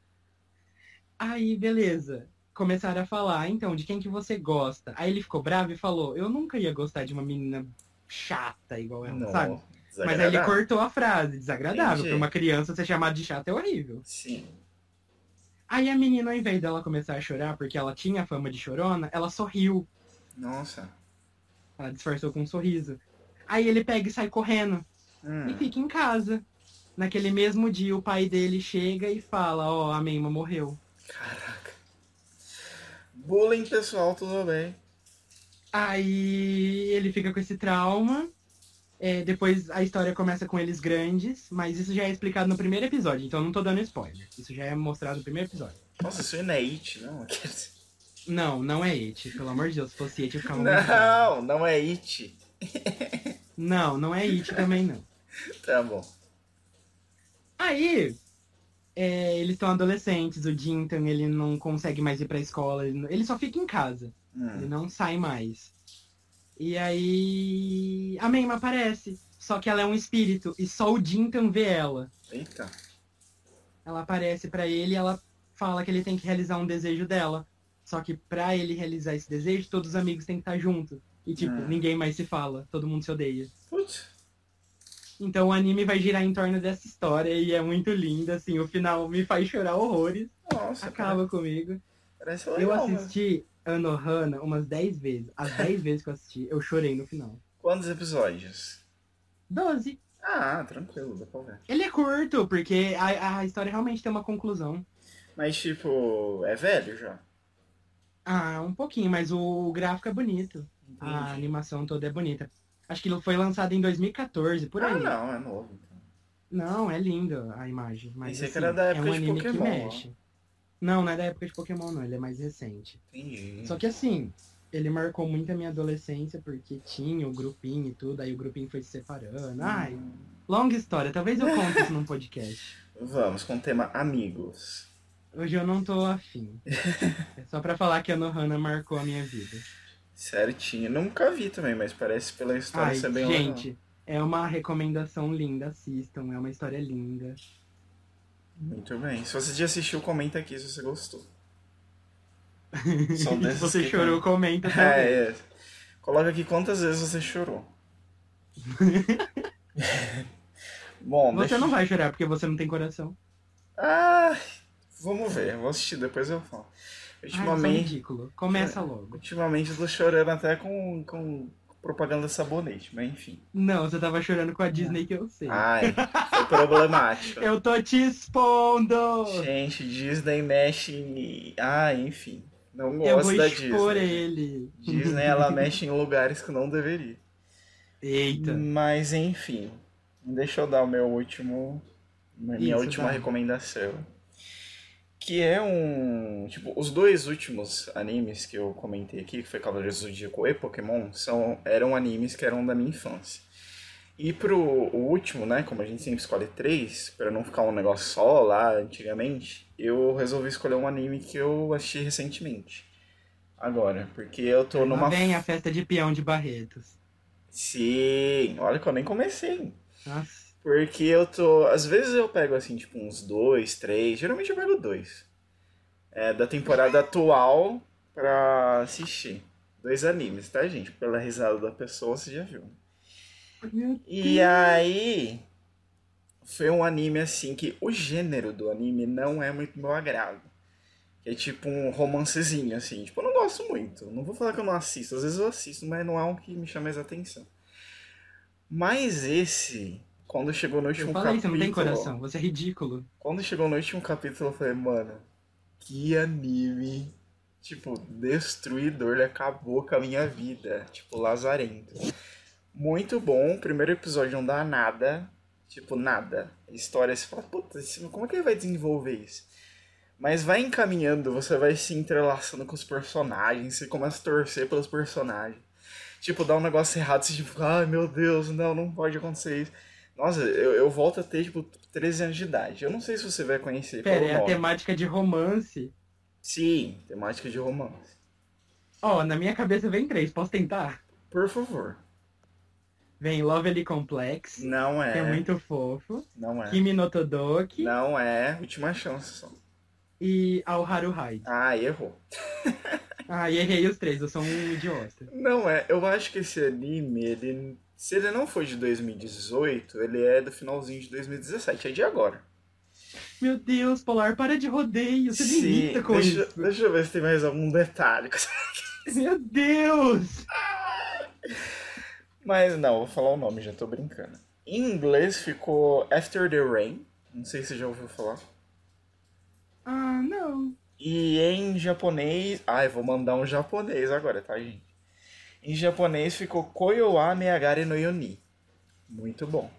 Aí, beleza. Começaram a falar, então, de quem que você gosta? Aí ele ficou bravo e falou, eu nunca ia gostar de uma menina chata igual ela, Não, sabe? Mas aí ele desagradável. cortou a frase, desagradável. Entendi. Pra uma criança ser chamada de chata é horrível. Sim. Aí a menina, ao invés dela começar a chorar, porque ela tinha fama de chorona, ela sorriu. Nossa. Ela disfarçou com um sorriso. Aí ele pega e sai correndo. E fica em casa. Naquele mesmo dia, o pai dele chega e fala, a Meima morreu. Caraca. Bullying pessoal, tudo bem. Aí ele fica com esse trauma. Depois a história começa com eles grandes, mas isso já é explicado no primeiro episódio, então eu não tô dando spoiler. Isso já é mostrado no primeiro episódio. Nossa, isso não é It, não? Não é It. Pelo amor de Deus, se fosse It eu ficava muito bravo. Não, não é It. Não é It também não. Tá bom. Aí, eles estão adolescentes, o Jintan, ele não consegue mais ir pra escola, ele só fica em casa. Ele não sai mais. E aí, a Meima aparece, só que ela é um espírito, e só o Jintan vê ela. Eita. Ela aparece pra ele e ela fala que ele tem que realizar um desejo dela. Só que pra ele realizar esse desejo, todos os amigos têm que estar juntos. E tipo, ninguém mais se fala, todo mundo se odeia. Putz. Então o anime vai girar em torno dessa história e é muito lindo, assim, o final me faz chorar horrores, Nossa, acaba comigo. parece Eu legal, assisti Anohana umas 10 vezes. As 10 vezes que eu assisti, eu chorei no final. Quantos episódios? 12. Ah, tranquilo, dá pra ver. Ele é curto, porque a história realmente tem uma conclusão. Mas, tipo, é velho já. Um pouquinho, mas o gráfico é bonito. Entendi. A animação toda é bonita. Acho que ele foi lançado em 2014, por aí. Não, é novo, então. Não, é lindo a imagem. Mas Pensei que assim, era da época é um de anime Pokémon, que mexe. Não é da época de Pokémon, não. Ele é mais recente. Entendi. Só que assim, ele marcou muito a minha adolescência, porque tinha o grupinho e tudo, aí o grupinho foi se separando. Longa história. Talvez eu conte isso num podcast. Vamos com o tema amigos. Hoje eu não tô afim. É só pra falar que a Anohana marcou a minha vida. Certinho. Nunca vi também, mas parece pela história ser bem legal. Gente, é uma recomendação linda, assistam. É uma história linda. Muito bem. Se você já assistiu, comenta aqui se você gostou. São Se desses você que chorou, tem. comenta também. É. Coloca aqui quantas vezes você chorou. Bom, Você deixa. não vai chorar porque você não tem coração. Ah, vamos ver. Vou assistir, depois eu falo. Ai, você é um Ultimamente. ridículo. Começa logo. Ultimamente eu tô chorando até com propaganda de sabonete, mas enfim. Não, você tava chorando com a Disney que eu sei. Ai, foi problemático. Eu tô te expondo! Gente, Disney mexe enfim. Não Eu vou gosto da expor Disney, gente. ele. Disney, ela mexe em lugares que não deveria. Eita. Mas, enfim. Deixa eu dar o meu último... Minha Isso, última dá. recomendação. Que é um... Tipo, os dois últimos animes que eu comentei aqui, que foi Cavaleiros do Zodíaco e Pokémon, eram animes que eram da minha infância. E pro o último, né, como a gente sempre escolhe três, pra não ficar um negócio só lá antigamente, eu resolvi escolher um anime que eu assisti recentemente. Agora, porque eu tô Aí lá numa... vem a festa de peão de Barretos. Sim, olha que eu nem comecei. Nossa. Porque eu tô... Às vezes eu pego, assim, tipo, uns dois, três, geralmente eu pego dois. Da temporada atual pra assistir. Dois animes, tá, gente? Pela risada da pessoa, você já viu. Meu E Deus. aí, foi um anime assim que o gênero do anime não é muito meu agrado. Que é tipo um romancezinho, assim. Tipo, eu não gosto muito. Não vou falar que eu não assisto. Às vezes eu assisto, mas não é um que me chama mais atenção. Mas esse, quando chegou no Eu último falei, você não tem capítulo. coração, você é ridículo. Quando chegou no último capítulo, eu falei, mano, que anime. Tipo, destruidor. Ele acabou com a minha vida. Tipo, lazarento. Muito bom. O primeiro episódio não dá nada. Tipo, nada. História, você fala, puta, como é que ele vai desenvolver isso? Mas vai encaminhando, você vai se entrelaçando com os personagens, você começa a torcer pelos personagens. Tipo, dá um negócio errado, você tipo, ai meu Deus, não, não pode acontecer isso. Nossa, eu volto a ter, tipo, 13 anos de idade. Eu não sei se você vai conhecer Pera, pelo é a nome. temática de romance. Sim, temática de romance. Ó, na minha cabeça vem três, posso tentar? Por favor. Vem Lovely Complex, Não que é é, muito fofo. não é, Kimi no Todoki não é. Última chance só. e Ao Haru Hide. Ah, errou. Ah, e errei os três, eu sou um idiota. Não é, eu acho que esse anime, ele. Se ele não foi de 2018, ele é do finalzinho de 2017, é de agora. Meu Deus, Polar, para de rodeio, você me Sim, irrita com isso. deixa eu ver se tem mais algum detalhe. Meu Deus! Mas não, vou falar o nome, já tô brincando. Em inglês ficou After the Rain, não sei se você já ouviu falar. Ah, não. E em japonês. Ai, vou mandar um japonês agora, tá, gente? Em japonês ficou Koyowa Meagare no Yoni. Muito bom.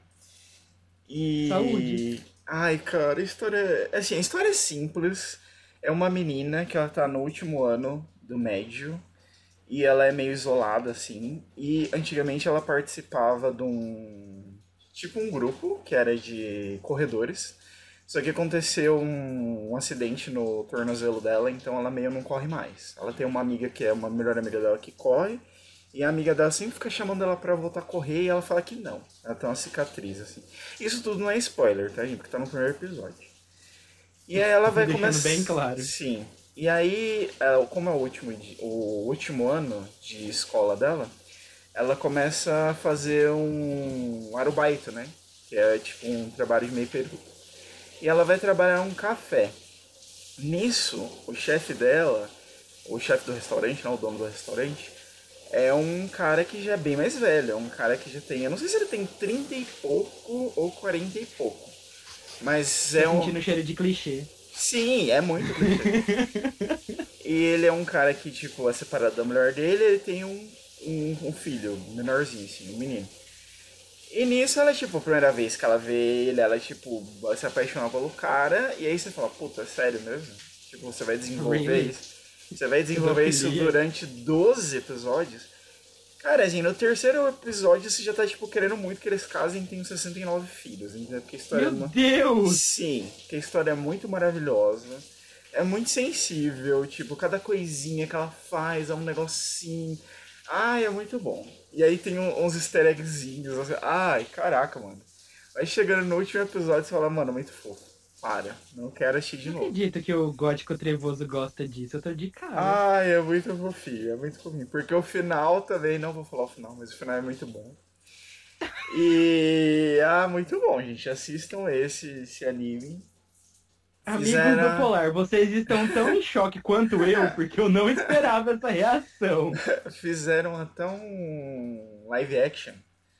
Saúde. E. Ai, cara, a história. Assim, a história é simples. É uma menina que ela tá no último ano do médio. E ela é meio isolada, assim. E antigamente ela participava de um. Tipo um grupo que era de corredores. Só que aconteceu um acidente no tornozelo dela, então ela meio não corre mais. Ela tem uma amiga que é uma melhor amiga dela que corre. E a amiga dela sempre fica chamando ela pra voltar a correr e ela fala que não. Ela tem uma cicatriz, assim. Isso tudo não é spoiler, tá, gente? Porque tá no primeiro episódio. E aí ela vai Deixando bem começar. claro. Sim. E aí, como é o último ano de escola dela, ela começa a fazer um arubaito, né? Que é tipo um trabalho de meio período. E ela vai trabalhar num café. Nisso, o chefe dela, o chefe do restaurante, não, o dono do restaurante, é um cara que já é bem mais velho. É um cara que já tem, eu não sei se ele tem 30 e pouco ou 40 e pouco. Mas Tô é um. sentindo cheiro de clichê. Sim, é muito clichê. E ele é um cara que, tipo, é separado da mulher dele, ele tem um filho, menorzinho, assim, um menino. E nisso ela, tipo, a primeira vez que ela vê ele, ela, tipo, vai se apaixonar pelo cara, e aí você fala, puta, é sério mesmo? Tipo, você vai desenvolver Really? isso? Você vai desenvolver isso Pedofilia? durante 12 episódios? Cara, assim, no terceiro episódio você já tá, tipo, querendo muito que eles casem e tenham 69 filhos, entendeu? Porque a história Meu Deus! Sim, porque a história é muito maravilhosa. É muito sensível, tipo, cada coisinha que ela faz é um negocinho. Ai, é muito bom. E aí tem uns easter eggzinhos. Assim, ai, caraca, mano. Vai chegando no último episódio e você fala, mano, muito fofo. Para, não quero assistir de Não novo. acredito que o gótico trevoso gosta disso, eu tô de cara. Ai, é muito fofinho, é muito fofinho. Porque o final também, não vou falar o final, mas o final é muito bom. E. Muito bom, gente. Assistam esse anime. Amigos do Fizeram, Polar, vocês estão tão em choque quanto eu, porque eu não esperava essa reação. fizeram até um live action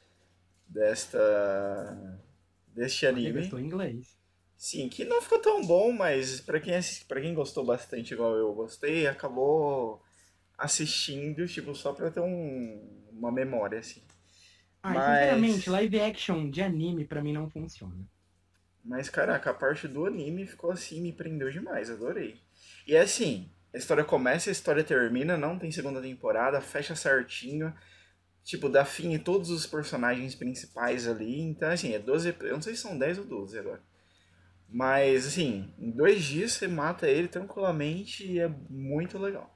deste Olha, anime. gostou em inglês. Sim, que não ficou tão bom, mas para quem gostou bastante, igual eu gostei, acabou assistindo, tipo, só pra ter uma memória, assim. E sinceramente, Mas, live action de anime pra mim não funciona. mas, caraca, a parte do anime ficou assim, me prendeu demais, adorei. E é assim, a história começa, a história termina, não tem segunda temporada, fecha certinho, tipo, dá fim em todos os personagens principais ali, então, assim, é 12, eu não sei se são 10 ou 12 agora. Mas, assim, em 2 dias você mata ele tranquilamente e é muito legal.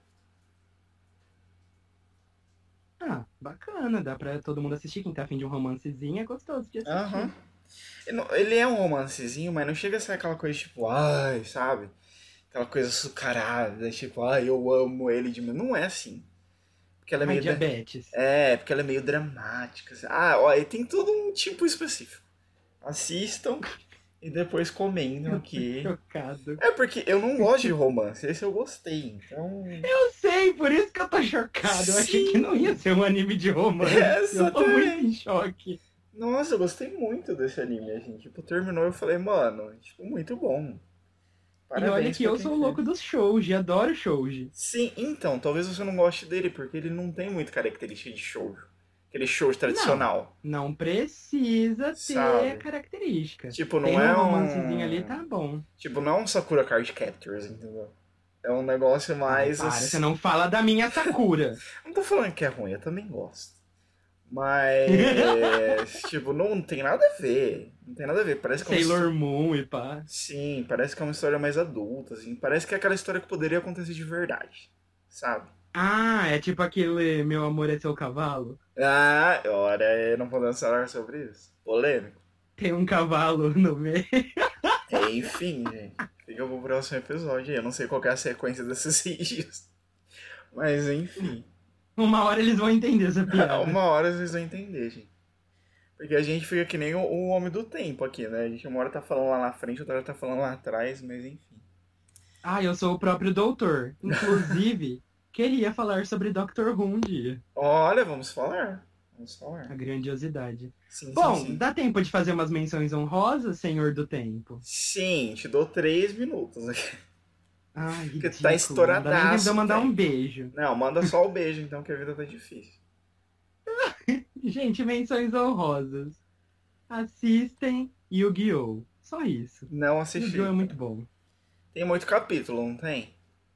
Bacana, dá pra todo mundo assistir. Quem tá afim de um romancezinho é gostoso de Aham. assistir. Ele é um romancezinho, mas não chega a ser aquela coisa tipo, ai, sabe? Aquela coisa açucarada, tipo, ai, eu amo ele de mim. Não é assim. Porque ela é Ai, meio. diabetes. Porque ela é meio dramática, assim. Ó, e tem todo um tipo específico. Assistam e depois comentam Eu tô aqui. chocado. É porque eu não gosto de romance, esse eu gostei, então. Eu sei, por isso que eu tô chocado. Eu achei que não ia Sim! ser um anime de romance. Eu tô muito em Exatamente! choque. Nossa, eu gostei muito desse anime, a gente. Tipo, terminou e eu falei, mano, tipo, muito bom. E olha Parabéns que pra eu quem sou o fez. louco dos shoujo, adoro shoujo. Sim, então, talvez você não goste dele, porque ele não tem muita característica de shoujo. Aquele shoujo Não, tradicional, não precisa ter sabe? característica. Tipo, não Tem um é romancezinho ali, tá um. bom. Tipo, não é um Sakura Card Captors, entendeu? É um negócio Ai, mais para, você assim. não fala da minha Sakura. Não tô falando que é ruim, eu também gosto. Mas, tipo, não tem nada a ver. Não tem nada a ver. Parece que é uma. Sailor Moon e pá. Sim, parece que é uma história mais adulta, assim. Parece que é aquela história que poderia acontecer de verdade, sabe? É tipo aquele Meu Amor é Seu Cavalo. Ora, não podemos falar sobre isso. Polêmico. Tem um cavalo no meio. Enfim, gente. Fica pro próximo episódio aí. Eu não sei qual que é a sequência desses vídeos. Mas, enfim. Uma hora eles vão entender essa piada. Uma hora vocês vão entender, gente. Porque a gente fica que nem o homem do tempo aqui, né? A gente uma hora tá falando lá na frente, outra hora tá falando lá atrás, mas enfim. Eu sou o próprio doutor. Inclusive, queria falar sobre Doctor Who um dia. Olha, vamos falar. Vamos A falar. grandiosidade. Sim, sim, Bom, sim. dá tempo de fazer umas menções honrosas, senhor do tempo? Sim, te dou 3 minutos aqui. Porque tu tá Ridículo. Não dá nem tempo de eu estouradaço, mandar um velho. beijo. Não, manda só o beijo então, que a vida tá difícil. Gente, menções honrosas. Assistem Yu-Gi-Oh! Só isso. Não assisti, Yu-Gi-Oh! É muito cara. bom. Tem muito capítulo, não tem?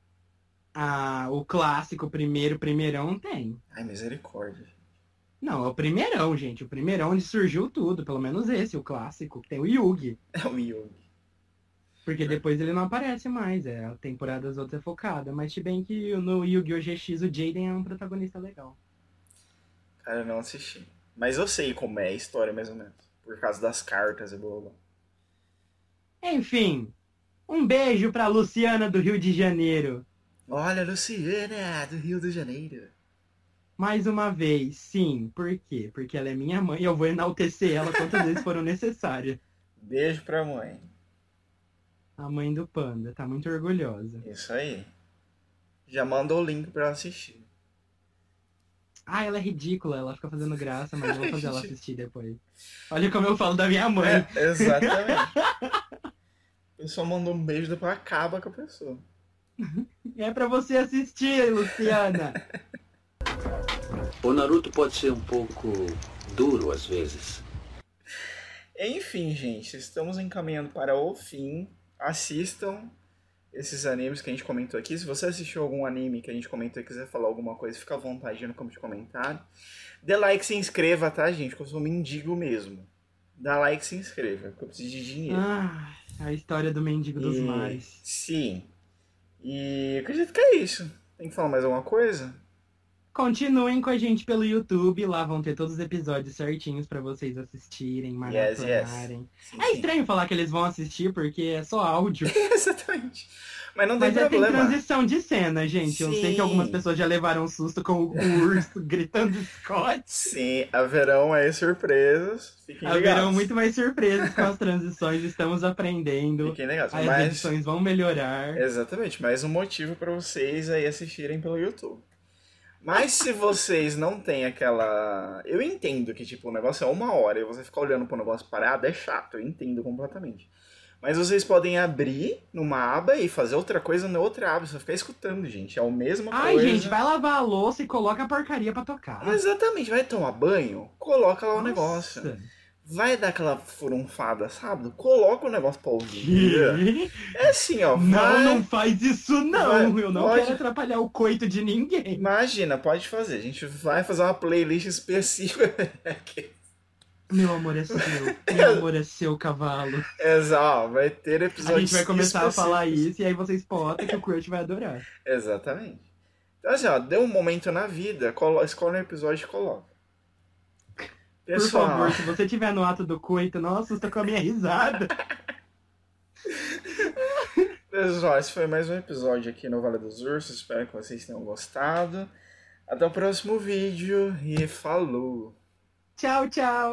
O clássico, primeirão tem. Ai, misericórdia. Não, é o primeirão, gente. O primeirão onde surgiu tudo. Pelo menos esse, o clássico. Tem o Yugi. É o Yugi. Porque depois ele não aparece mais. A temporada das outras é focada. Mas se bem que no Yu-Gi-Oh! GX o Jaden é um protagonista legal. Cara, eu não assisti. Mas eu sei como é a história, mais ou menos. Por causa das cartas e blá blá blá. Enfim, um beijo pra Luciana do Rio de Janeiro. Olha, Luciana, do Rio de Janeiro. Mais uma vez, sim. Por quê? Porque ela é minha mãe e eu vou enaltecer ela quantas vezes foram necessárias. Beijo pra mãe. A mãe do Panda, tá muito orgulhosa. Isso aí. Já manda o link pra ela assistir. Ela é ridícula, ela fica fazendo graça, mas eu vou fazer ela assistir depois. Olha como eu falo da minha mãe. Exatamente. A pessoa mandou um beijo, depois acaba com a pessoa. É pra você assistir, Luciana. O Naruto pode ser um pouco duro às vezes. Enfim, gente, estamos encaminhando para o fim. Assistam esses animes que a gente comentou aqui. Se você assistiu algum anime que a gente comentou e quiser falar alguma coisa, fica à vontade no campo de comentário. Dê like e se inscreva, tá, gente? Que eu sou mendigo mesmo. Dá like e se inscreva, porque eu preciso de dinheiro. A história do mendigo dos mares. Sim. E acredito que é isso. Tem que falar mais alguma coisa? Continuem com a gente pelo YouTube, lá vão ter todos os episódios certinhos pra vocês assistirem, maratonarem. Sim, É sim. estranho falar que eles vão assistir porque é só áudio. Exatamente. Mas não tem Mas tem problema. transição de cena, gente. Eu sei que algumas Sim. pessoas já levaram um susto com o urso gritando Scott. Sim, haverão aí surpresas. Fiquem ligados. Haverão muito mais surpresas com as transições, estamos aprendendo. Fiquem ligados. As Mas, edições vão melhorar. exatamente, mais um motivo para vocês aí assistirem pelo YouTube. Mas se vocês não têm aquela... Eu entendo que, tipo, o negócio é 1 hora e você ficar olhando pro negócio parado é chato, eu entendo completamente. Mas vocês podem abrir numa aba e fazer outra coisa na outra aba, você ficar escutando, gente. É a mesma Ai, coisa. gente, vai lavar a louça e coloca a porcaria pra tocar. Exatamente, vai tomar banho, coloca lá o Nossa. negócio. Vai dar aquela furunfada, sabe? Coloca o negócio pra ouvir. Que? É assim, ó. Vai... Não faz isso não. Vai, Eu não pode. quero atrapalhar o coito de ninguém. Imagina, pode fazer. A gente vai fazer uma playlist específica. Meu amor é seu. Meu amor é seu, cavalo. Exato, vai ter episódios A gente vai começar a falar específicos. isso e aí vocês botam que o Crush vai adorar. Exatamente. Então assim, ó, dê um momento na vida, escolhe um episódio e coloca. Por favor, se você estiver no ato do coito, não assusta com a minha risada. Pessoal, esse foi mais um episódio aqui no Vale dos Ursos. Espero que vocês tenham gostado. Até o próximo vídeo e falou! Tchau, tchau.